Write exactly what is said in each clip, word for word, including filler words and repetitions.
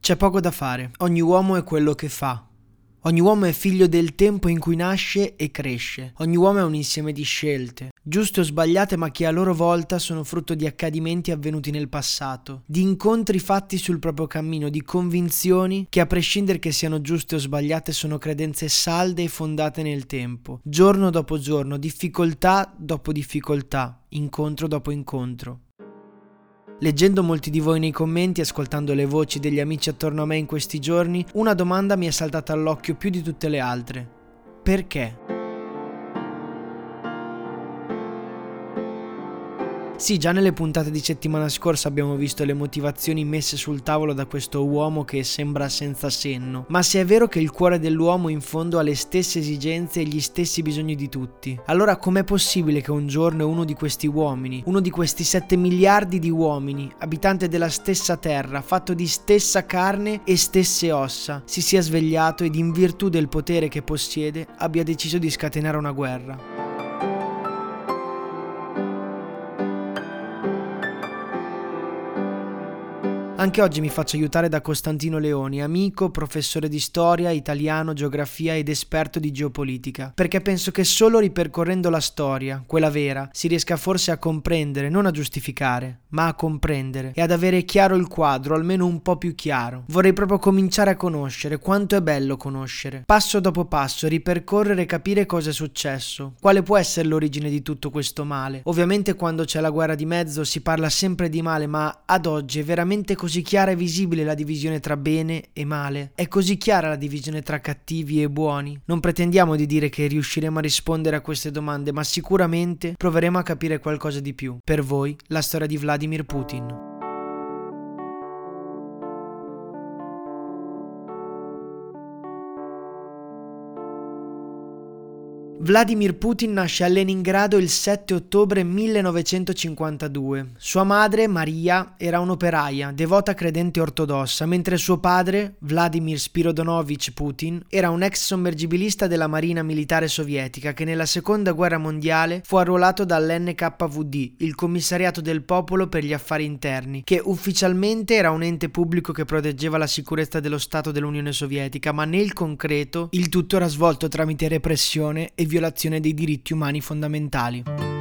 C'è poco da fare, ogni uomo è quello che fa. Ogni uomo è figlio del tempo in cui nasce e cresce. Ogni uomo è un insieme di scelte, giuste o sbagliate, ma che a loro volta sono frutto di accadimenti avvenuti nel passato, di incontri fatti sul proprio cammino, di convinzioni che, a prescindere che siano giuste o sbagliate, sono credenze salde e fondate nel tempo, giorno dopo giorno, difficoltà dopo difficoltà, incontro dopo incontro. Leggendo molti di voi nei commenti e ascoltando le voci degli amici attorno a me in questi giorni, una domanda mi è saltata all'occhio più di tutte le altre. Perché? Sì, già nelle puntate di settimana scorsa abbiamo visto le motivazioni messe sul tavolo da questo uomo che sembra senza senno. Ma se è vero che il cuore dell'uomo in fondo ha le stesse esigenze e gli stessi bisogni di tutti, allora com'è possibile che un giorno uno di questi uomini, uno di questi sette miliardi di uomini, abitante della stessa terra, fatto di stessa carne e stesse ossa, si sia svegliato ed in virtù del potere che possiede abbia deciso di scatenare una guerra? Anche oggi mi faccio aiutare da Costantino Leoni, amico, professore di storia, italiano, geografia ed esperto di geopolitica, perché penso che solo ripercorrendo la storia, quella vera, si riesca forse a comprendere, non a giustificare, ma a comprendere e ad avere chiaro il quadro, almeno un po' più chiaro. Vorrei proprio cominciare a conoscere, quanto è bello conoscere, passo dopo passo, ripercorrere e capire cosa è successo, quale può essere l'origine di tutto questo male. Ovviamente quando c'è la guerra di mezzo si parla sempre di male, ma ad oggi è veramente così chiara e visibile la divisione tra bene e male? È così chiara la divisione tra cattivi e buoni? Non pretendiamo di dire che riusciremo a rispondere a queste domande, ma sicuramente proveremo a capire qualcosa di più. Per voi, la storia di Vladimir Putin. Vladimir Putin nasce a Leningrado il sette ottobre millenovecentocinquantadue. Sua madre, Maria, era un'operaia, devota credente ortodossa, mentre suo padre, Vladimir Spiridonowicz Putin, era un ex sommergibilista della Marina Militare Sovietica che nella Seconda Guerra Mondiale fu arruolato dall'N K V D, il Commissariato del Popolo per gli Affari Interni, che ufficialmente era un ente pubblico che proteggeva la sicurezza dello Stato dell'Unione Sovietica, ma nel concreto il tutto era svolto tramite repressione e violazione dei diritti umani fondamentali.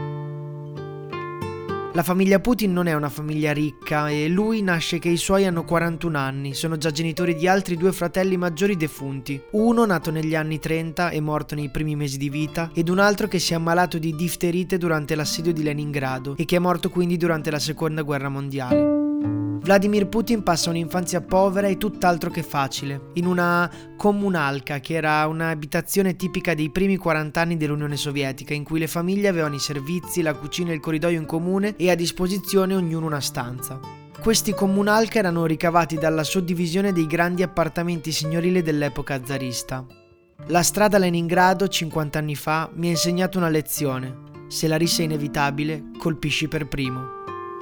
La famiglia Putin non è una famiglia ricca e lui nasce che i suoi hanno quarantuno anni, sono già genitori di altri due fratelli maggiori defunti, uno nato negli anni trenta e morto nei primi mesi di vita ed un altro che si è ammalato di difterite durante l'assedio di Leningrado e che è morto quindi durante la Seconda Guerra Mondiale. Vladimir Putin passa un'infanzia povera e tutt'altro che facile, in una comunalka, che era un'abitazione tipica dei primi quaranta anni dell'Unione Sovietica, in cui le famiglie avevano i servizi, la cucina e il corridoio in comune e a disposizione ognuno una stanza. Questi comunalka erano ricavati dalla suddivisione dei grandi appartamenti signorili dell'epoca zarista. La strada a Leningrado, cinquanta anni fa, mi ha insegnato una lezione: se la rissa è inevitabile, colpisci per primo.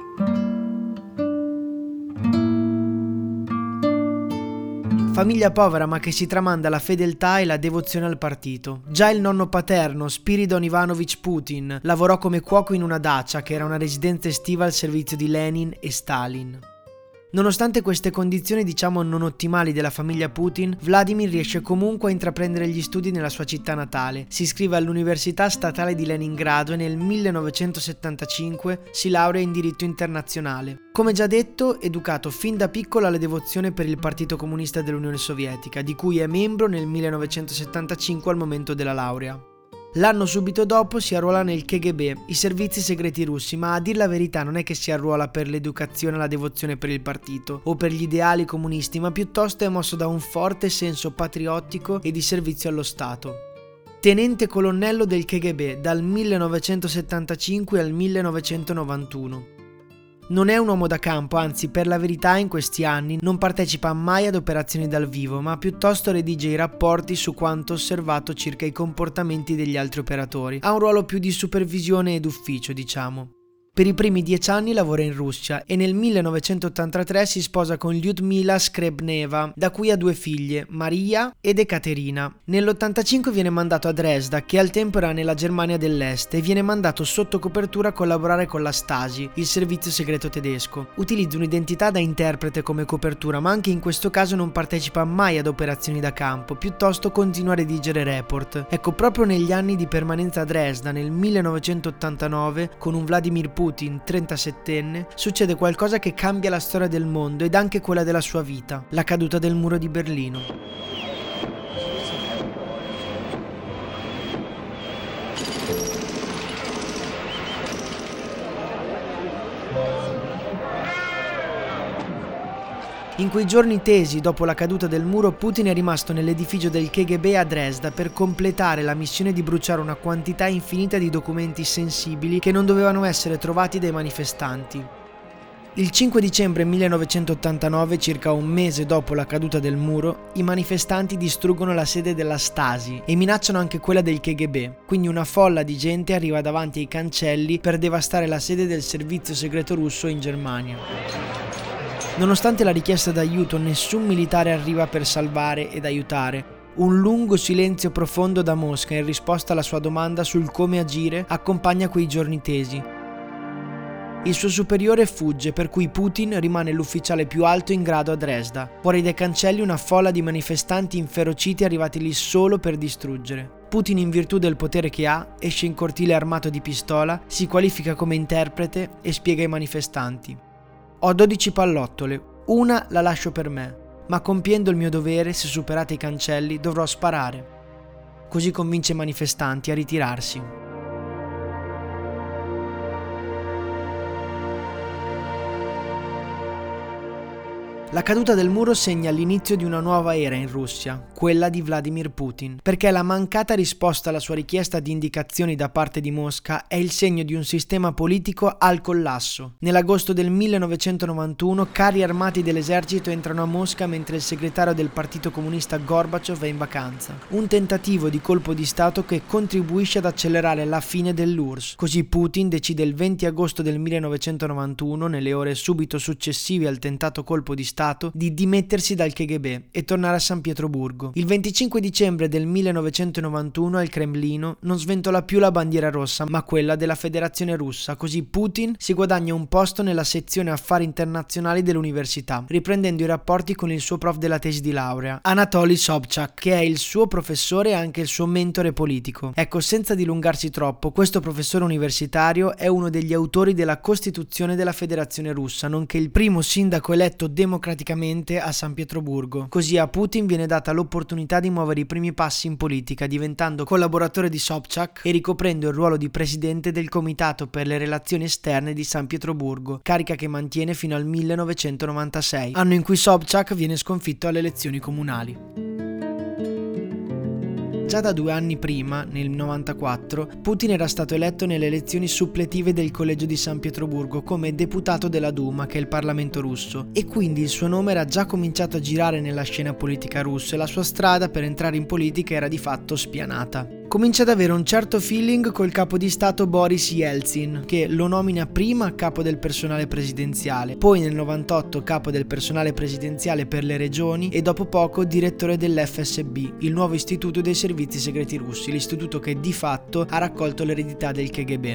Famiglia povera ma che si tramanda la fedeltà e la devozione al partito. Già il nonno paterno, Spiridon Ivanovich Putin, lavorò come cuoco in una dacia, che era una residenza estiva al servizio di Lenin e Stalin. Nonostante queste condizioni diciamo non ottimali della famiglia Putin, Vladimir riesce comunque a intraprendere gli studi nella sua città natale, si iscrive all'Università Statale di Leningrado e nel millenovecentosettantacinque si laurea in diritto internazionale. Come già detto, educato fin da piccolo alla devozione per il Partito Comunista dell'Unione Sovietica, di cui è membro nel millenovecentosettantacinque al momento della laurea. L'anno subito dopo si arruola nel K G B, i servizi segreti russi, ma a dir la verità non è che si arruola per l'educazione alla devozione per il partito o per gli ideali comunisti, ma piuttosto è mosso da un forte senso patriottico e di servizio allo Stato. Tenente colonnello del K G B dal millenovecentosettantacinque al millenovecentonovantuno. Non è un uomo da campo, anzi per la verità in questi anni non partecipa mai ad operazioni dal vivo, ma piuttosto redige i rapporti su quanto osservato circa i comportamenti degli altri operatori. Ha un ruolo più di supervisione ed ufficio, diciamo. Per i primi dieci anni lavora in Russia e nel millenovecentottantatré si sposa con Lyudmila Skrebneva, da cui ha due figlie, Maria ed Ekaterina. Nell'ottantacinque viene mandato a Dresda, che al tempo era nella Germania dell'Est, e viene mandato sotto copertura a collaborare con la Stasi, il servizio segreto tedesco. Utilizza un'identità da interprete come copertura, ma anche in questo caso non partecipa mai ad operazioni da campo, piuttosto continua a redigere report. Ecco, proprio negli anni di permanenza a Dresda, nel millenovecentottantanove, con un Vladimir Putin trentasettenne, succede qualcosa che cambia la storia del mondo ed anche quella della sua vita: la caduta del muro di Berlino. In quei giorni tesi dopo la caduta del muro, Putin è rimasto nell'edificio del K G B a Dresda per completare la missione di bruciare una quantità infinita di documenti sensibili che non dovevano essere trovati dai manifestanti. Il cinque dicembre millenovecentottantanove, circa un mese dopo la caduta del muro, i manifestanti distruggono la sede della Stasi e minacciano anche quella del K G B, quindi una folla di gente arriva davanti ai cancelli per devastare la sede del servizio segreto russo in Germania. Nonostante la richiesta d'aiuto, nessun militare arriva per salvare ed aiutare. Un lungo silenzio profondo da Mosca in risposta alla sua domanda sul come agire accompagna quei giorni tesi. Il suo superiore fugge, per cui Putin rimane l'ufficiale più alto in grado a Dresda. Fuori dai cancelli una folla di manifestanti inferociti arrivati lì solo per distruggere. Putin, in virtù del potere che ha, esce in cortile armato di pistola, si qualifica come interprete e spiega ai manifestanti: ho dodici pallottole, una la lascio per me, ma compiendo il mio dovere, se superate i cancelli, dovrò sparare. Così convince i manifestanti a ritirarsi. La caduta del muro segna l'inizio di una nuova era in Russia, quella di Vladimir Putin, perché la mancata risposta alla sua richiesta di indicazioni da parte di Mosca è il segno di un sistema politico al collasso. Nell'agosto del millenovecentonovantuno, carri armati dell'esercito entrano a Mosca mentre il segretario del Partito Comunista Gorbaciov è in vacanza. Un tentativo di colpo di Stato che contribuisce ad accelerare la fine dell'U R S S. Così Putin decide il venti agosto del millenovecentonovantuno, nelle ore subito successive al tentato colpo di Stato, di dimettersi dal K G B e tornare a San Pietroburgo. Il venticinque dicembre del millenovecentonovantuno al Cremlino non sventola più la bandiera rossa, ma quella della Federazione Russa, così Putin si guadagna un posto nella sezione affari internazionali dell'università, riprendendo i rapporti con il suo prof della tesi di laurea, Anatoly Sobchak, che è il suo professore e anche il suo mentore politico. Ecco, senza dilungarsi troppo, questo professore universitario è uno degli autori della Costituzione della Federazione Russa, nonché il primo sindaco eletto democraticamente a San Pietroburgo. Così a Putin viene data l'opportunità di muovere i primi passi in politica, diventando collaboratore di Sobchak e ricoprendo il ruolo di presidente del Comitato per le relazioni esterne di San Pietroburgo, carica che mantiene fino al millenovecentonovantasei, anno in cui Sobchak viene sconfitto alle elezioni comunali. Già da due anni prima, nel novantaquattro, Putin era stato eletto nelle elezioni suppletive del Collegio di San Pietroburgo come deputato della Duma, che è il Parlamento russo, e quindi il suo nome era già cominciato a girare nella scena politica russa e la sua strada per entrare in politica era di fatto spianata. Comincia ad avere un certo feeling col capo di Stato Boris Yeltsin, che lo nomina prima capo del personale presidenziale, poi nel novantotto capo del personale presidenziale per le regioni e dopo poco direttore dell'F S B, il nuovo istituto dei servizi segreti russi, l'istituto che di fatto ha raccolto l'eredità del K G B.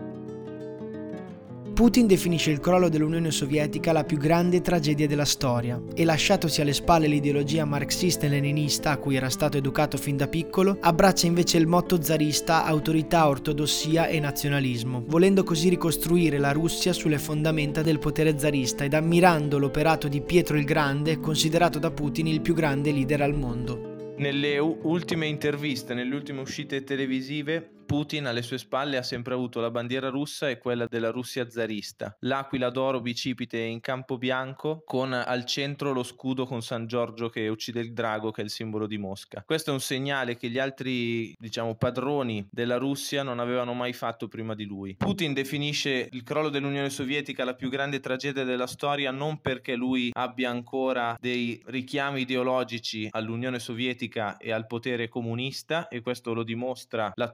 Putin definisce il crollo dell'Unione Sovietica la più grande tragedia della storia e, lasciatosi alle spalle l'ideologia marxista e leninista a cui era stato educato fin da piccolo, abbraccia invece il motto zarista autorità, ortodossia e nazionalismo, volendo così ricostruire la Russia sulle fondamenta del potere zarista ed ammirando l'operato di Pietro il Grande, considerato da Putin il più grande leader al mondo. Nelle u- ultime interviste, nelle ultime uscite televisive, Putin alle sue spalle ha sempre avuto la bandiera russa e quella della Russia zarista, l'aquila d'oro bicipite in campo bianco con al centro lo scudo con San Giorgio che uccide il drago, che è il simbolo di Mosca. Questo è un segnale che gli altri, diciamo, padroni della Russia non avevano mai fatto prima di lui. Putin definisce il crollo dell'Unione Sovietica la più grande tragedia della storia non perché lui abbia ancora dei richiami ideologici all'Unione Sovietica e al potere comunista, e questo lo dimostra l'attualità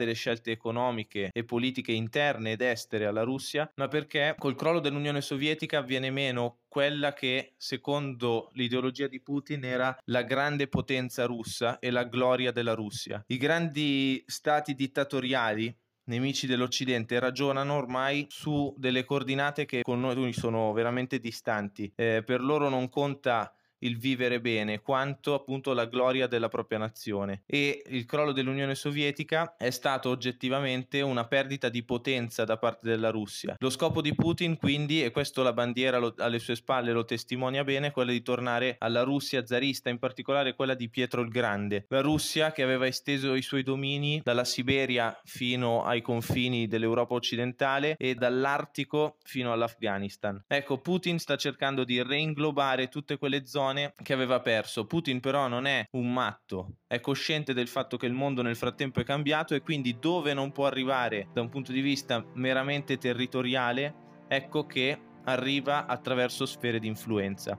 delle scelte economiche e politiche interne ed estere alla Russia, ma perché col crollo dell'Unione Sovietica viene meno quella che, secondo l'ideologia di Putin, era la grande potenza russa e la gloria della Russia. I grandi stati dittatoriali, nemici dell'Occidente, ragionano ormai su delle coordinate che con noi sono veramente distanti. Eh, per loro non conta il vivere bene quanto appunto la gloria della propria nazione, e il crollo dell'Unione Sovietica è stato oggettivamente una perdita di potenza da parte della Russia. Lo scopo di Putin quindi, e questo la bandiera lo, alle sue spalle lo testimonia bene, è quello di tornare alla Russia zarista, in particolare quella di Pietro il Grande, la Russia che aveva esteso i suoi domini dalla Siberia fino ai confini dell'Europa occidentale e dall'Artico fino all'Afghanistan. Ecco, Putin sta cercando di reinglobare tutte quelle zone che aveva perso. Putin però non è un matto, è cosciente del fatto che il mondo nel frattempo è cambiato, e quindi dove non può arrivare da un punto di vista meramente territoriale, ecco che arriva attraverso sfere di influenza.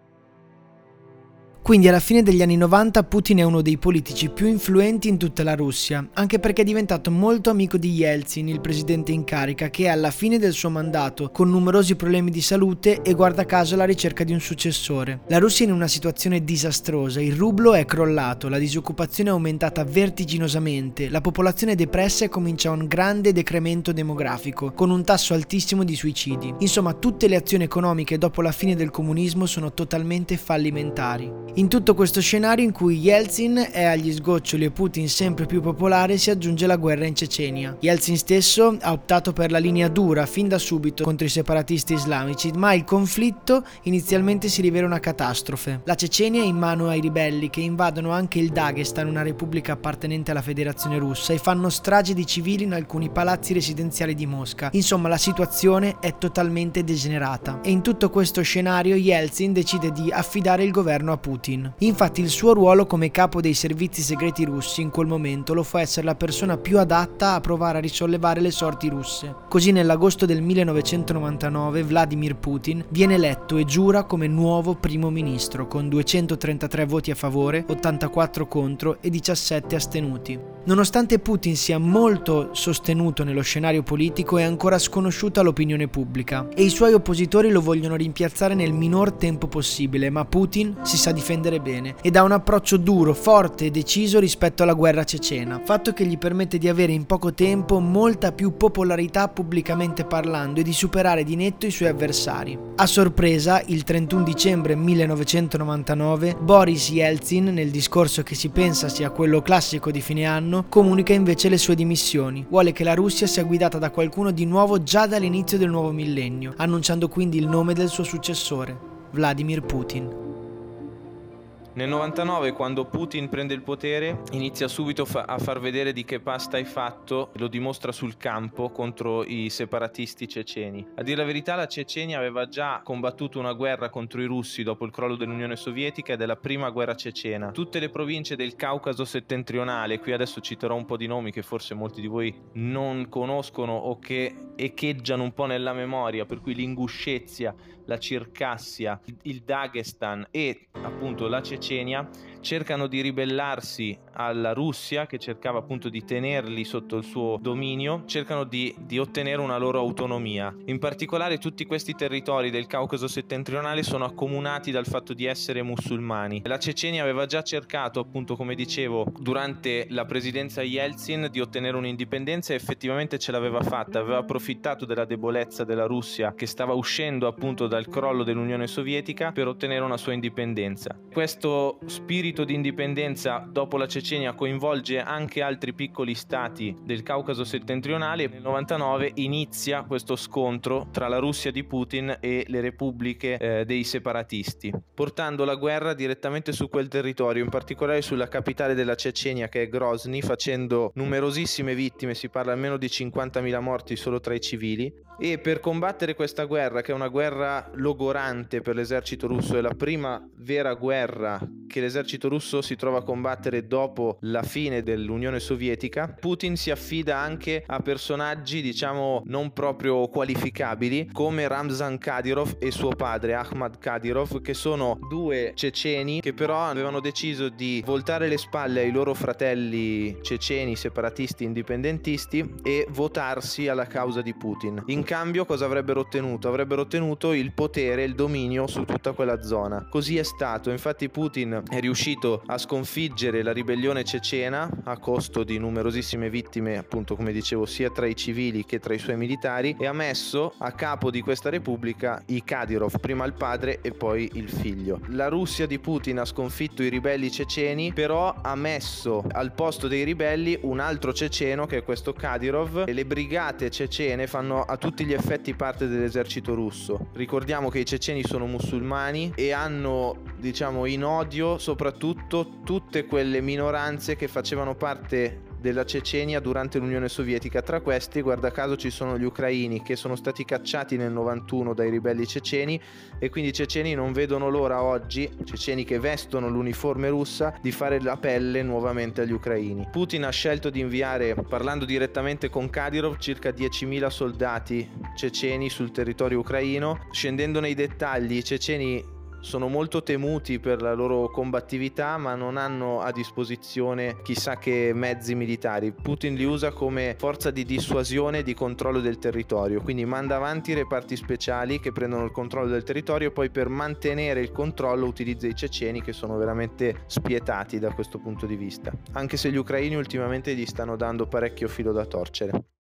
Quindi alla fine degli anni novanta Putin è uno dei politici più influenti in tutta la Russia, anche perché è diventato molto amico di Yeltsin, il presidente in carica, che è alla fine del suo mandato, con numerosi problemi di salute e guarda caso alla ricerca di un successore. La Russia è in una situazione disastrosa, il rublo è crollato, la disoccupazione è aumentata vertiginosamente, la popolazione è depressa e comincia un grande decremento demografico, con un tasso altissimo di suicidi. Insomma, tutte le azioni economiche dopo la fine del comunismo sono totalmente fallimentari. In tutto questo scenario in cui Yeltsin è agli sgoccioli e Putin sempre più popolare, si aggiunge la guerra in Cecenia. Yeltsin stesso ha optato per la linea dura fin da subito contro i separatisti islamici, ma il conflitto inizialmente si rivela una catastrofe. La Cecenia è in mano ai ribelli, che invadono anche il Dagestan, una repubblica appartenente alla Federazione Russa, e fanno strage di civili in alcuni palazzi residenziali di Mosca. Insomma, la situazione è totalmente degenerata, e in tutto questo scenario Yeltsin decide di affidare il governo a Putin. Infatti il suo ruolo come capo dei servizi segreti russi in quel momento lo fa essere la persona più adatta a provare a risollevare le sorti russe. Così nell'agosto del millenovecentonovantanove Vladimir Putin viene eletto e giura come nuovo primo ministro, con duecentotrentatré voti a favore, ottantaquattro contro e diciassette astenuti. Nonostante Putin sia molto sostenuto nello scenario politico, è ancora sconosciuto all'opinione pubblica e i suoi oppositori lo vogliono rimpiazzare nel minor tempo possibile, ma Putin si sa difendere bene ed ha un approccio duro, forte e deciso rispetto alla guerra cecena, fatto che gli permette di avere in poco tempo molta più popolarità pubblicamente parlando e di superare di netto i suoi avversari. A sorpresa, il trentuno dicembre millenovecentonovantanove, Boris Yeltsin, nel discorso che si pensa sia quello classico di fine anno, comunica invece le sue dimissioni. Vuole che la Russia sia guidata da qualcuno di nuovo già dall'inizio del nuovo millennio, annunciando quindi il nome del suo successore, Vladimir Putin. Nel novantanove, quando Putin prende il potere, inizia subito fa- a far vedere di che pasta è fatto, lo dimostra sul campo contro i separatisti ceceni. A dire la verità, la Cecenia aveva già combattuto una guerra contro i russi dopo il crollo dell'Unione Sovietica ed è la prima guerra cecena. Tutte le province del Caucaso settentrionale, qui adesso citerò un po' di nomi che forse molti di voi non conoscono o che echeggiano un po' nella memoria, per cui l'Inguscezia, la Circassia, il Dagestan e appunto la Cecenia, cercano di ribellarsi alla Russia, che cercava appunto di tenerli sotto il suo dominio, cercano di, di ottenere una loro autonomia. In particolare tutti questi territori del Caucaso settentrionale sono accomunati dal fatto di essere musulmani. La Cecenia aveva già cercato, appunto come dicevo, durante la presidenza Yeltsin di ottenere un'indipendenza e effettivamente ce l'aveva fatta, aveva approfittato della debolezza della Russia che stava uscendo appunto dal crollo dell'Unione Sovietica per ottenere una sua indipendenza. Questo spirito di indipendenza dopo la Cecenia coinvolge anche altri piccoli stati del Caucaso settentrionale e nel novantanove inizia questo scontro tra la Russia di Putin e le repubbliche eh, dei separatisti, portando la guerra direttamente su quel territorio, in particolare sulla capitale della Cecenia che è Grozny, facendo numerosissime vittime, si parla almeno di cinquantamila morti solo tra i civili. E per combattere questa guerra, che è una guerra logorante per l'esercito russo, è la prima vera guerra che l'esercito l'esercito russo si trova a combattere dopo la fine dell'Unione Sovietica. Putin si affida anche a personaggi, diciamo, non proprio qualificabili, come Ramzan Kadyrov e suo padre Ahmad Kadyrov, che sono due ceceni che però avevano deciso di voltare le spalle ai loro fratelli ceceni separatisti indipendentisti e votarsi alla causa di Putin. In cambio cosa avrebbero ottenuto? Avrebbero ottenuto il potere, il dominio su tutta quella zona. Così è stato, infatti Putin è riuscito a sconfiggere la ribellione cecena a costo di numerosissime vittime, appunto come dicevo, sia tra i civili che tra i suoi militari, e ha messo a capo di questa repubblica i Kadyrov, prima il padre e poi il figlio. La Russia di Putin ha sconfitto i ribelli ceceni, però ha messo al posto dei ribelli un altro ceceno, che è questo Kadyrov, e le brigate cecene fanno a tutti gli effetti parte dell'esercito russo. Ricordiamo che i ceceni sono musulmani e hanno, diciamo, in odio soprattutto tutte quelle minoranze che facevano parte della Cecenia durante l'Unione Sovietica. Tra questi, guarda caso, ci sono gli ucraini, che sono stati cacciati nel novantuno dai ribelli ceceni, e quindi i ceceni non vedono l'ora oggi, ceceni che vestono l'uniforme russa, di fare la pelle nuovamente agli ucraini. Putin ha scelto di inviare, parlando direttamente con Kadyrov, circa diecimila soldati ceceni sul territorio ucraino. Scendendo nei dettagli, i ceceni sono molto temuti per la loro combattività, ma non hanno a disposizione chissà che mezzi militari. Putin li usa come forza di dissuasione e di controllo del territorio, quindi manda avanti reparti speciali che prendono il controllo del territorio, e poi per mantenere il controllo utilizza i ceceni, che sono veramente spietati da questo punto di vista, anche se gli ucraini ultimamente gli stanno dando parecchio filo da torcere.